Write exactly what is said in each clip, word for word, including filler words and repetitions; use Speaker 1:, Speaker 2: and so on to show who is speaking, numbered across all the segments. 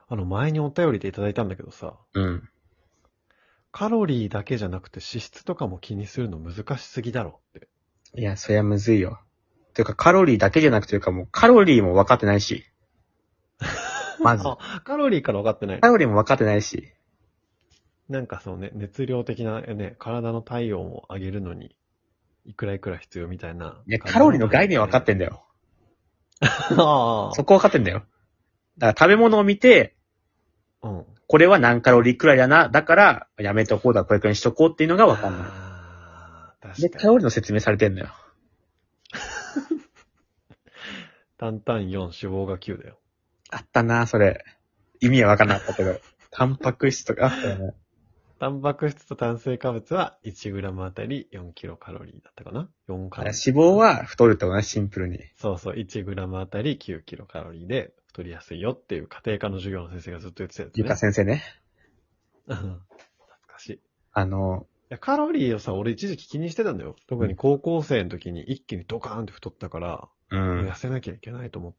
Speaker 1: あの前にお便りでいただいたんだけどさ、
Speaker 2: うん。
Speaker 1: カロリーだけじゃなくて脂質とかも気にするの難しすぎだろって。
Speaker 2: いや、そりゃむずいよ。ていうか、カロリーだけじゃなくていうかもう、カロリーも分かってないし。まず。
Speaker 1: あ、カロリーから分かってないの？
Speaker 2: カロリーも分かってないし。
Speaker 1: なんかそうね、熱量的なね、体の体温を上げるのに、いくらいくら必要みたいな。
Speaker 2: いや、カロリーの概念は分かってんだよ。
Speaker 1: あ
Speaker 2: そこ分かってんだよ。だから食べ物を見て、
Speaker 1: あ。うん。
Speaker 2: これは何カロリーくらいだな。だから、やめとこうだ、これくらいにしとこうっていうのが分かんない。
Speaker 1: ああ、確
Speaker 2: で、
Speaker 1: かに。
Speaker 2: カロリーの説明されてんだよ。
Speaker 1: 担々よん、脂肪がきゅうだよ。
Speaker 2: あったな、それ。意味は分かんなかったけど。タンパク質とかあったよね。
Speaker 1: タンパク質と炭水化物は いちグラム あたりよんキロカロリーだったかな？ よん カロリー。
Speaker 2: 脂肪は太るってことね、シンプルに。
Speaker 1: そうそう、いちグラム あたりきゅうキロカロリーで太りやすいよっていう家庭科の授業の先生がずっと言ってたやつ
Speaker 2: ゆか
Speaker 1: ね。
Speaker 2: 先生ね。
Speaker 1: うん懐かしい。い
Speaker 2: あの、
Speaker 1: や、カロリーをさ、俺一時期気にしてたんだよ。特に高校生の時に一気にドカーンって太ったから、
Speaker 2: う。
Speaker 1: もうん痩せなきゃいけないと思って、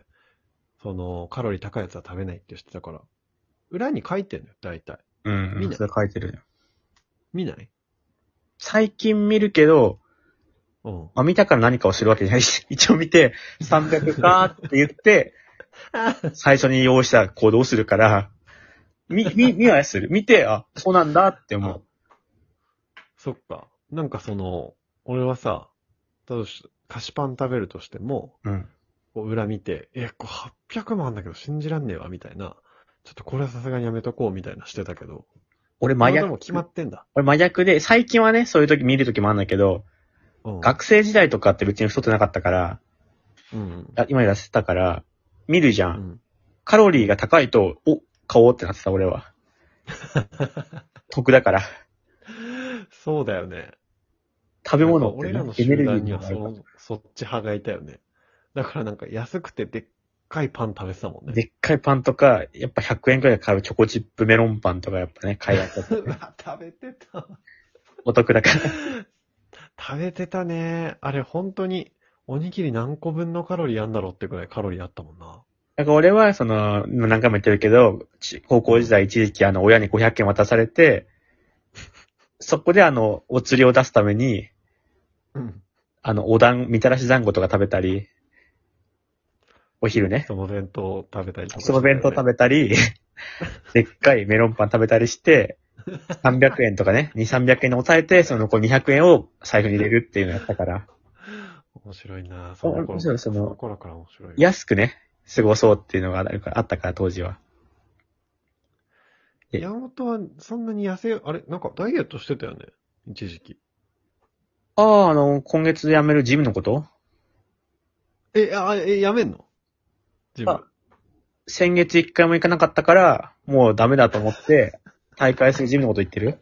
Speaker 1: その、カロリー高いやつは食べないって言ってたから。裏に書いてんのよ、大体。
Speaker 2: うん、うん。
Speaker 1: 見ない
Speaker 2: それ書いてるよ。
Speaker 1: 見ない
Speaker 2: 最近見るけど、
Speaker 1: うん。
Speaker 2: まあ、見たから何かをするわけじゃないし、一応見て、さんびゃくかーって言って、最初に用意した行動をするから、み、み、見はする。見て、あ、そうなんだって思う。
Speaker 1: そっか。なんかその、俺はさ、ただし菓子パン食べるとしても、
Speaker 2: うん。
Speaker 1: こう裏見て、え、これはっぴゃくもあんだけど信じらんねえわ、みたいな。ちょっとこれはさすがにやめとこう、みたいなしてたけど。
Speaker 2: 俺麻薬
Speaker 1: 今でも、決まってんだ。
Speaker 2: 俺麻薬で、最近はね、そういう時見る時もあるんだけど、
Speaker 1: うん。
Speaker 2: 学生時代とかって別に太ってなかったから、
Speaker 1: うん。
Speaker 2: あ今痩せてたから、見るじゃ。
Speaker 1: うんん。
Speaker 2: カロリーが高いと、お、買おうってなってた、俺は。得だから。
Speaker 1: そうだよね。
Speaker 2: 食べ物
Speaker 1: なんか
Speaker 2: ってね、
Speaker 1: 俺らの集
Speaker 2: エネルギー
Speaker 1: 団にはそ
Speaker 2: にもなるから。
Speaker 1: の、そっち派がいたよね。だからなんか安くてでっかいパン食べてたもんね。
Speaker 2: でっかいパンとか、やっぱひゃくえんくらいで買うチョコチップメロンパンとかやっぱね、買い合った
Speaker 1: うわ、食べてた。
Speaker 2: お得だから。
Speaker 1: 食べてたね。あれ本当に、おにぎり何個分のカロリーあんだろうってくらいカロリーあったもんな。
Speaker 2: なんか俺は、その、何回も言ってるけど、ち高校時代一時期あの、親にごひゃくえん渡されて、そこであの、お釣りを出すために、
Speaker 1: うん。
Speaker 2: あの、お団、みたらし団子とか食べたり、お昼ね。
Speaker 1: その弁当を食べたりとかして
Speaker 2: その弁当食べたり、でっかいメロンパン食べたりして、さんびゃくえんとかね、に、さんびゃくえんに抑えて、その残りにひゃくえんを財布に入れるっていうのをやったから、
Speaker 1: 面白いなその頃から。
Speaker 2: そうその
Speaker 1: その頃から面白いわ。
Speaker 2: 安くね、過ごそうっていうのがあるからあったから、当時は。え
Speaker 1: 山本はそんなに痩せ、あれなんかダイエットしてたよね。一時期。
Speaker 2: ああ、あの、今月辞めるジムのこと？
Speaker 1: え、あ、え、やめんのジム。
Speaker 2: あ先月一回も行かなかったから、もうダメだと思って、大会するジムのこと言ってる？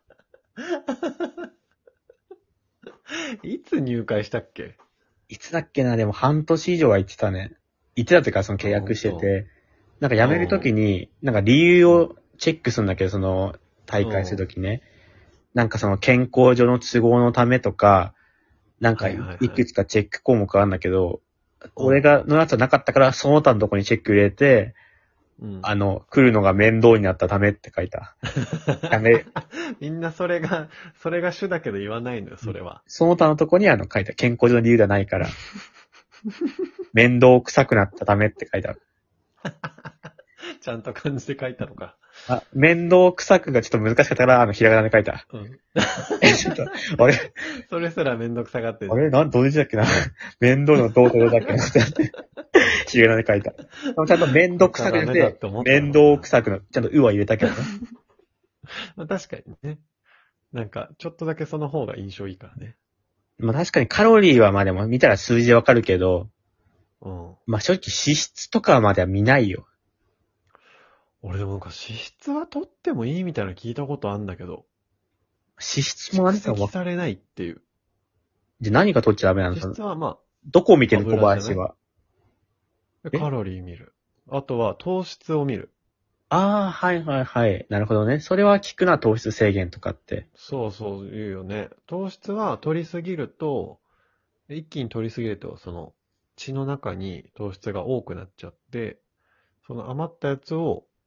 Speaker 1: いつ入会したっけ？
Speaker 2: いつだっけな、でも半年以上は行ってたね。行ってたというか、その契約してて、なんか辞めるときに、なんか理由をチェックするんだけど、その大会するときね。なんかその健康上の都合のためとか、なんか
Speaker 1: はいはいはい
Speaker 2: いくつかチェック項目あるんだけど、
Speaker 1: うん
Speaker 2: 俺が、のやつはなかったから、その他のとこにチェック入れて、
Speaker 1: うん。
Speaker 2: あの、来るのが面倒になったためって書いた。やめ、
Speaker 1: みんなそれが、それが主だけど言わないのよ、それは。
Speaker 2: その他のとこにあの書いた。健康上の理由ではないから。面倒くさくなったためって書いてある。
Speaker 1: ちゃんと漢字で書いたのか。
Speaker 2: あ、面倒くさくがちょっと難しかったから、あの、ひらがなで書いた。
Speaker 1: うん。
Speaker 2: え、ちょっと、あれ
Speaker 1: それすらめんどくさがってる
Speaker 2: あれなん、どういう字だっけな面倒のどうとどうだっけなってなって。ひらがなで書いた。でもちゃんと面倒くさく
Speaker 1: ダメだっ
Speaker 2: て
Speaker 1: て思っ、たの
Speaker 2: 面倒くさくの、ちゃんとうは入れたけどね。
Speaker 1: まあ確かにね。なんか、ちょっとだけその方が印象いいからね。
Speaker 2: まあ確かにカロリーはまあでも見たら数字でわかるけど、
Speaker 1: うん。
Speaker 2: まあ正直脂質とかまでは見ないよ。
Speaker 1: 俺でもなんか脂質は取ってもいいみたいなの聞いたことあるんだけど、
Speaker 2: 脂質も
Speaker 1: 蓄積
Speaker 2: 何かわ、
Speaker 1: されないっていう。
Speaker 2: じゃあ何が取っちゃダメなの？
Speaker 1: 脂質はま
Speaker 2: どこを見てるの？小
Speaker 1: 油じゃない
Speaker 2: 林は。
Speaker 1: あ、
Speaker 2: え
Speaker 1: カロリー見る。あとは糖質を見る。
Speaker 2: ああ、はいはいはい。なるほどね。それは効くな、糖質制限とかって。
Speaker 1: そうそう言うよね。糖質は取りすぎると、一気に取りすぎると、その血の中に糖質が多くなっちゃって、その余ったやつを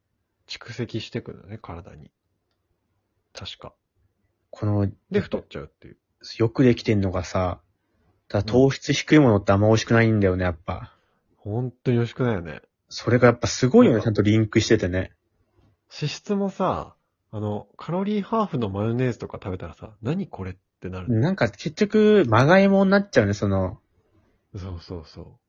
Speaker 1: 蓄積してくるのね、体に。確か。
Speaker 2: この、
Speaker 1: で、太っちゃうっていう。
Speaker 2: よくできてんのがさ、ただ糖質低いものってあんま美味しくないんだよね、やっぱ。
Speaker 1: 本当に美味しくないよね。
Speaker 2: それがやっぱすごいよね、
Speaker 1: なんか
Speaker 2: ちゃんとリンクしててね。
Speaker 1: 脂質もさ、あの、カロリーハーフのマヨネーズとか食べたらさ、何これってなる。
Speaker 2: なんか結局、まがいもになっちゃうね、その、
Speaker 1: そうそう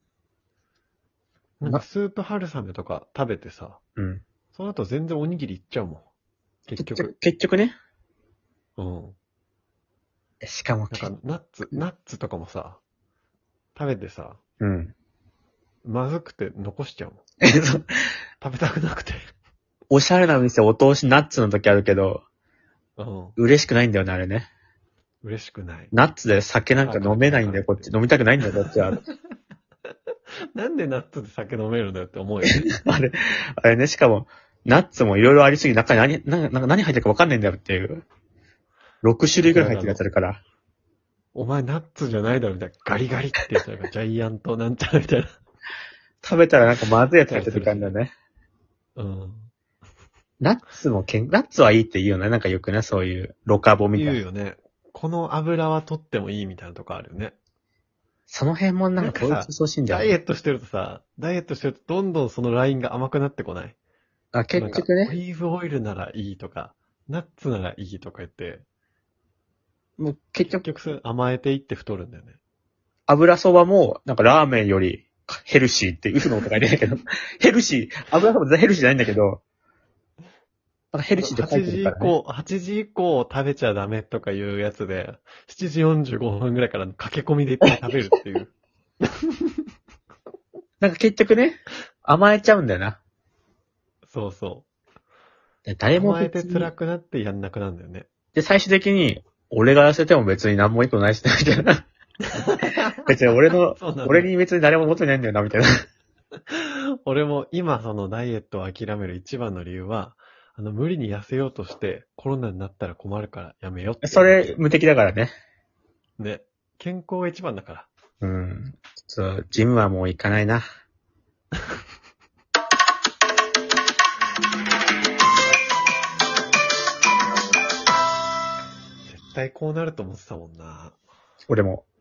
Speaker 1: そう。なんかスープ春雨とか食べてさ、
Speaker 2: うん。
Speaker 1: その後全然おにぎりいっちゃうもん。結
Speaker 2: 結局
Speaker 1: 局。、
Speaker 2: 結局ね。
Speaker 1: うん。
Speaker 2: しかも
Speaker 1: なんか、ナッツ、ナッツとかもさ、食べてさ、
Speaker 2: うん。
Speaker 1: まずくて残しちゃうもん。
Speaker 2: え、そう、
Speaker 1: 食べたくなくて。
Speaker 2: おしゃれな店お通しナッツの時あるけど、
Speaker 1: うん。
Speaker 2: 嬉しくないんだよね、あれね。
Speaker 1: 嬉しくない。
Speaker 2: ナッツで酒なんか飲めないんだよ、こっち。飲みたくないんだよ、こっちは。
Speaker 1: なんでナッツで酒飲めるんだよって思うよね。
Speaker 2: あれ、あれね、しかも、ナッツもいろいろありすぎ、中に何、なんかなんか何入ってるかわかんないんだよっていう。ろく種類ぐらい入ってるやつあるから。
Speaker 1: お前ナッツじゃないだろみたいな。ガリガリってやつだから、ジャイアントなんちゃらみたいな。
Speaker 2: 食べたらなんかまずいやつ入ってる感じだね。
Speaker 1: うん。
Speaker 2: ナッツもけん、ナッツはいいって言うよね。なんかよくね、そういう、ロカボみたいな。
Speaker 1: 言うよね。この油は取ってもいいみたいなとこあるよね。
Speaker 2: その辺もなんか統一してほしいんだよね。
Speaker 1: ダイエットしてるとさ、ダイエットしてるとどんどんそのラインが甘くなってこない。
Speaker 2: あ、結局
Speaker 1: なんかオ
Speaker 2: ね。
Speaker 1: リーブオイルならいいとか、ナッツならいいとか言って、
Speaker 2: もう結
Speaker 1: 結
Speaker 2: 局、
Speaker 1: 局それ甘えていって太るんだよね。
Speaker 2: 油そばも、なんかラーメンよりヘルシーって嘘のこと書いてないけど、ヘルシー、油そば絶対ヘルシーじゃないんだけど、なんかヘルシーって書い
Speaker 1: 8時以
Speaker 2: てるからね。
Speaker 1: 降、はちじ以降食べちゃダメとかいうやつで、しちじよんじゅうごふんぐらいから駆け込みでいっぱい食べるっていう。
Speaker 2: なんか結局ね、甘えちゃうんだよな。
Speaker 1: そうそう。
Speaker 2: で誰も
Speaker 1: 甘えて
Speaker 2: 別に
Speaker 1: 辛くなってやんなくなるんだよね。
Speaker 2: で、最終的に、俺が痩せても別に何もいいことないしな、みたいな。別に俺の
Speaker 1: そうなんだ、
Speaker 2: 俺に別に誰も求めないんだよな、みたいな。
Speaker 1: 俺も今そのダイエットを諦める一番の理由は、あの無理に痩せようとしてコロナになったら困るからやめようって。
Speaker 2: それ、無敵だからね。
Speaker 1: ね。健康が一番だから。
Speaker 2: うん。そう、ジムはもう行かないな。
Speaker 1: 絶対こうなると思ってたもんな。
Speaker 2: 俺も。